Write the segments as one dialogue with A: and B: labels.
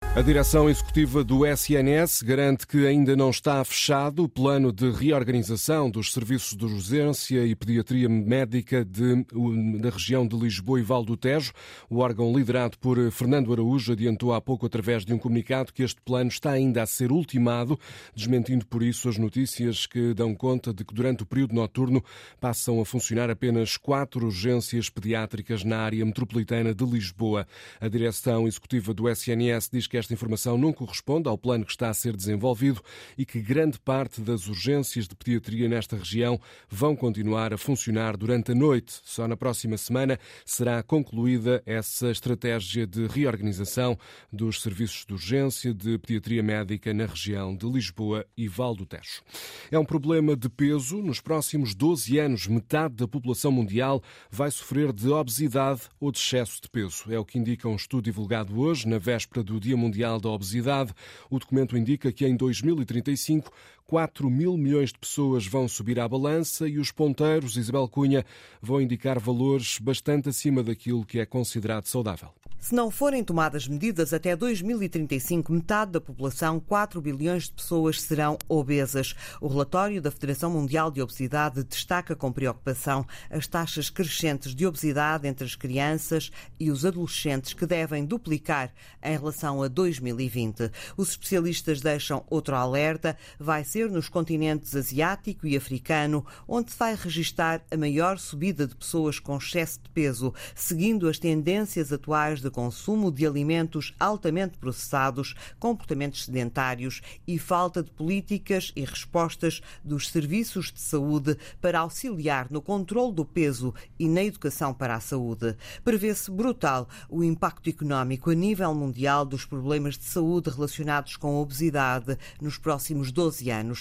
A: A direção executiva do SNS garante que ainda não está fechado o plano de reorganização dos serviços de urgência e pediatria médica da região de Lisboa e Val do Tejo. O órgão liderado por Fernando Araújo adiantou há pouco através de um comunicado que este plano está ainda a ser ultimado, desmentindo por isso as notícias que dão conta de que durante o período noturno passam a funcionar apenas 4 urgências pediátricas na área metropolitana de Lisboa. A direção executiva do SNS diz que esta informação não corresponde ao plano que está a ser desenvolvido e que grande parte das urgências de pediatria nesta região vão continuar a funcionar durante a noite. Só na próxima semana será concluída essa estratégia de reorganização dos serviços de urgência de pediatria médica na região de Lisboa e Val do Tejo. É um problema de peso. Nos próximos 12 anos, metade da população mundial vai sofrer de obesidade ou de excesso de peso. É o que indica um estudo divulgado hoje, na véspera do Dia Mundial da Obesidade. O documento indica que em 2035 4 mil milhões de pessoas vão subir à balança e os ponteiros, Isabel Cunha, vão indicar valores bastante acima daquilo que é considerado saudável.
B: Se não forem tomadas medidas até 2035, metade da população, 4 bilhões de pessoas, serão obesas. O relatório da Federação Mundial de Obesidade destaca com preocupação as taxas crescentes de obesidade entre as crianças e os adolescentes, que devem duplicar em relação a 2020. Os especialistas deixam outro alerta: vai ser nos continentes asiático e africano onde se vai registar a maior subida de pessoas com excesso de peso, seguindo as tendências atuais de consumo de alimentos altamente processados, comportamentos sedentários e falta de políticas e respostas dos serviços de saúde para auxiliar no controle do peso e na educação para a saúde. Prevê-se brutal o impacto económico a nível mundial dos problemas de saúde relacionados com a obesidade nos próximos 12 anos.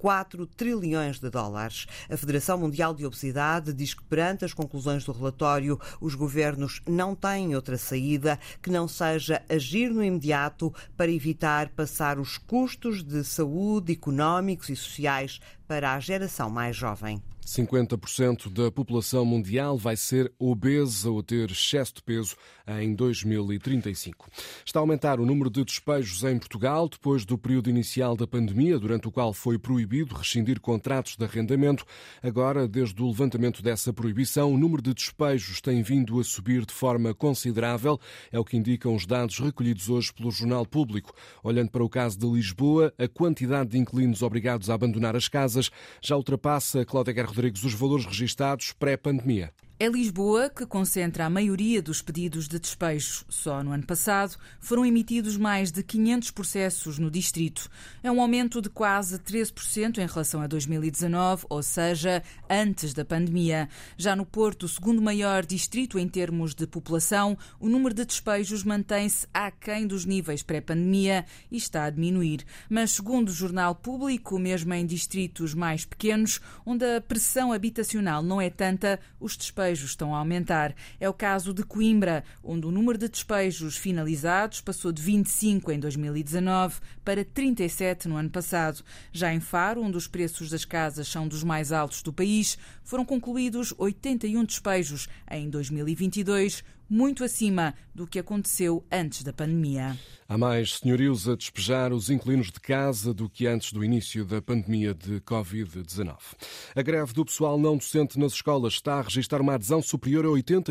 B: 4 trilhões de dólares. A Federação Mundial de Obesidade diz que, perante as conclusões do relatório, os governos não têm outra saída que não seja agir no imediato para evitar passar os custos de saúde, económicos e sociais para a geração mais jovem.
A: 50% da população mundial vai ser obesa ou ter excesso de peso em 2035. Está a aumentar o número de despejos em Portugal depois do período inicial da pandemia, durante o qual foi proibido rescindir contratos de arrendamento. Agora, desde o levantamento dessa proibição, o número de despejos tem vindo a subir de forma considerável. É o que indicam os dados recolhidos hoje pelo Jornal Público. Olhando para o caso de Lisboa, a quantidade de inquilinos obrigados a abandonar as casas já ultrapassa, Cláudia Guerra Rodrigues, os valores registados pré-pandemia.
C: É Lisboa que concentra a maioria dos pedidos de despejo. Só no ano passado foram emitidos mais de 500 processos no distrito. É um aumento de quase 13% em relação a 2019, ou seja, antes da pandemia. Já no Porto, o segundo maior distrito em termos de população, o número de despejos mantém-se aquém dos níveis pré-pandemia e está a diminuir. Mas, segundo o Jornal Público, mesmo em distritos mais pequenos, onde a pressão habitacional não é tanta, os despejos estão a aumentar. É o caso de Coimbra, onde o número de despejos finalizados passou de 25 em 2019 para 37 no ano passado. Já em Faro, onde os preços das casas são dos mais altos do país, foram concluídos 81 despejos em 2022, muito acima do que aconteceu antes da pandemia.
A: Há mais senhorios a despejar os inquilinos de casa do que antes do início da pandemia de Covid-19. A greve do pessoal não docente nas escolas está a registrar uma adesão superior a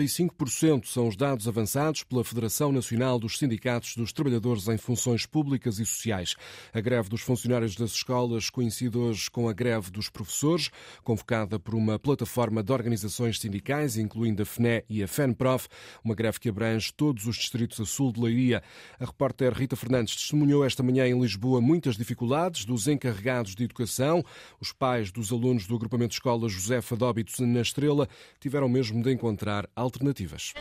A: 85%. São os dados avançados pela Federação Nacional dos Sindicatos dos Trabalhadores em Funções Públicas e Sociais. A greve dos funcionários das escolas coincide hoje com a greve dos professores, convocada por uma plataforma de organizações sindicais, incluindo a FNE e a FENPROF, uma greve que abrange todos os distritos a sul de Leiria. A repórter Rita Fernandes testemunhou esta manhã em Lisboa muitas dificuldades dos encarregados de educação. Os pais dos alunos do agrupamento de escola Josefa de Óbidos na Estrela tiveram mesmo de encontrar alternativas.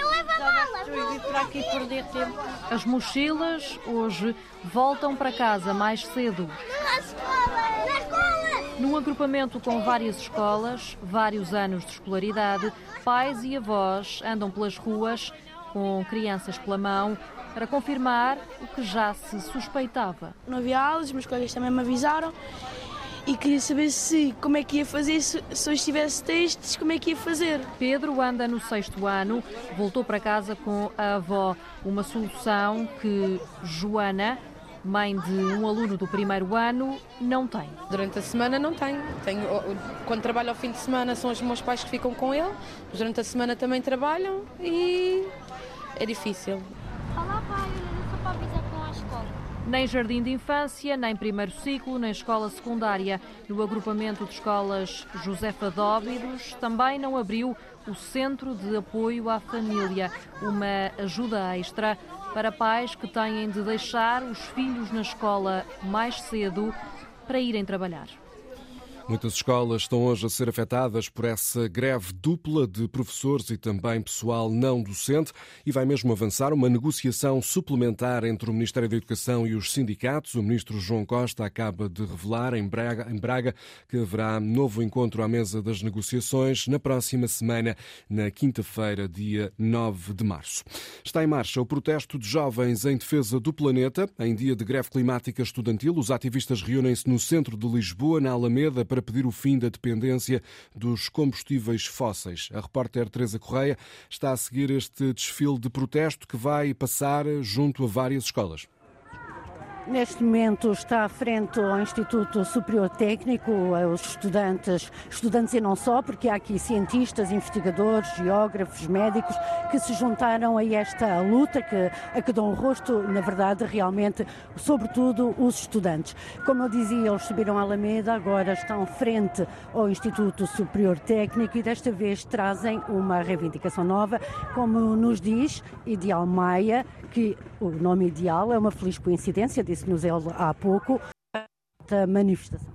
D: As mochilas hoje voltam para casa mais cedo. Num agrupamento com várias escolas, vários anos de escolaridade, pais e avós andam pelas ruas com crianças pela mão para confirmar o que já se suspeitava.
E: Não havia aulas, meus colegas também me avisaram e queria saber como é que ia fazer, se eu estivesse testes, como é que ia fazer.
D: Pedro anda no 6º ano, voltou para casa com a avó. Uma solução que Joana, mãe de um aluno do 1º ano, não tem.
F: Durante a semana não tenho. Quando trabalho ao fim de semana são os meus pais que ficam com ele, mas durante a semana também trabalham e é difícil.
G: Olá pai, olha, só para avisar com a escola.
D: Nem jardim de infância, nem primeiro ciclo, nem escola secundária. No agrupamento de escolas Josefa Dóbidos também não abriu o Centro de Apoio à Família, uma ajuda extra para pais que têm de deixar os filhos na escola mais cedo para irem trabalhar.
A: Muitas escolas estão hoje a ser afetadas por essa greve dupla de professores e também pessoal não docente e vai mesmo avançar uma negociação suplementar entre o Ministério da Educação e os sindicatos. O ministro João Costa acaba de revelar em Braga que haverá novo encontro à mesa das negociações na próxima semana, na quinta-feira, dia 9 de março. Está em marcha o protesto de jovens em defesa do planeta. Em dia de greve climática estudantil, os ativistas reúnem-se no centro de Lisboa, na Alameda, para pedir o fim da dependência dos combustíveis fósseis. A repórter Teresa Correia está a seguir este desfile de protesto que vai passar junto a várias escolas.
H: Neste momento está à frente ao Instituto Superior Técnico, os estudantes e não só, porque há aqui cientistas, investigadores, geógrafos, médicos que se juntaram a esta luta a que dão o rosto, na verdade, realmente, sobretudo os estudantes. Como eu dizia, eles subiram a Alameda, agora estão frente ao Instituto Superior Técnico e desta vez trazem uma reivindicação nova, como nos diz Ideal Maia, que o nome Ideal é uma feliz coincidência, disse-nos ele há pouco, da manifestação.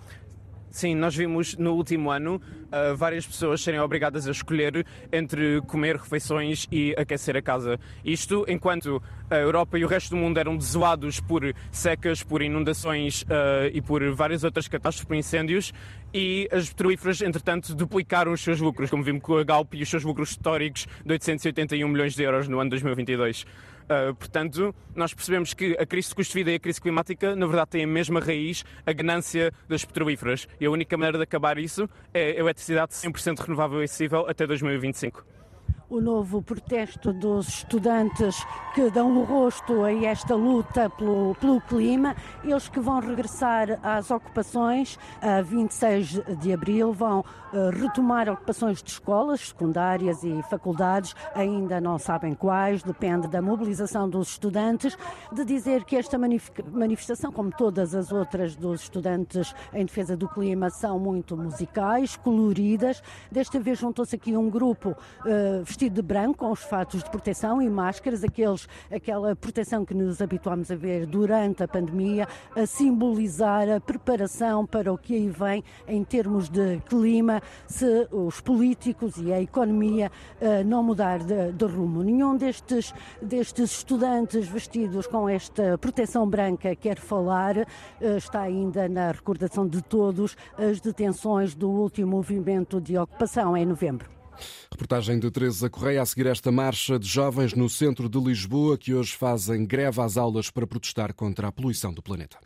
I: Sim, nós vimos no último ano várias pessoas serem obrigadas a escolher entre comer refeições e aquecer a casa. Isto enquanto a Europa e o resto do mundo eram desolados por secas, por inundações e por várias outras catástrofes, por incêndios, e as petrolíferas, entretanto, duplicaram os seus lucros, como vimos com a Galp e os seus lucros históricos de 881 milhões de euros no ano 2022. Portanto, nós percebemos que a crise de custo de vida e a crise climática, na verdade, têm a mesma raiz, a ganância das petrolíferas. E a única maneira de acabar isso é a eletricidade 100% renovável e acessível até 2025.
H: O novo protesto dos estudantes que dão o rosto a esta luta pelo clima, eles que vão regressar às ocupações a 26 de abril, vão retomar ocupações de escolas secundárias e faculdades, ainda não sabem quais, depende da mobilização dos estudantes, de dizer que esta manifestação, como todas as outras dos estudantes em defesa do clima, são muito musicais, coloridas. Desta vez juntou-se aqui um grupo vestido de branco, com os fatos de proteção e máscaras, aquela proteção que nos habituámos a ver durante a pandemia, a simbolizar a preparação para o que aí vem em termos de clima, se os políticos e a economia não mudar de rumo. Nenhum destes estudantes vestidos com esta proteção branca quer falar, está ainda na recordação de todos as detenções do último movimento de ocupação em novembro.
A: Reportagem de Teresa Correia a seguir esta marcha de jovens no centro de Lisboa que hoje fazem greve às aulas para protestar contra a poluição do planeta.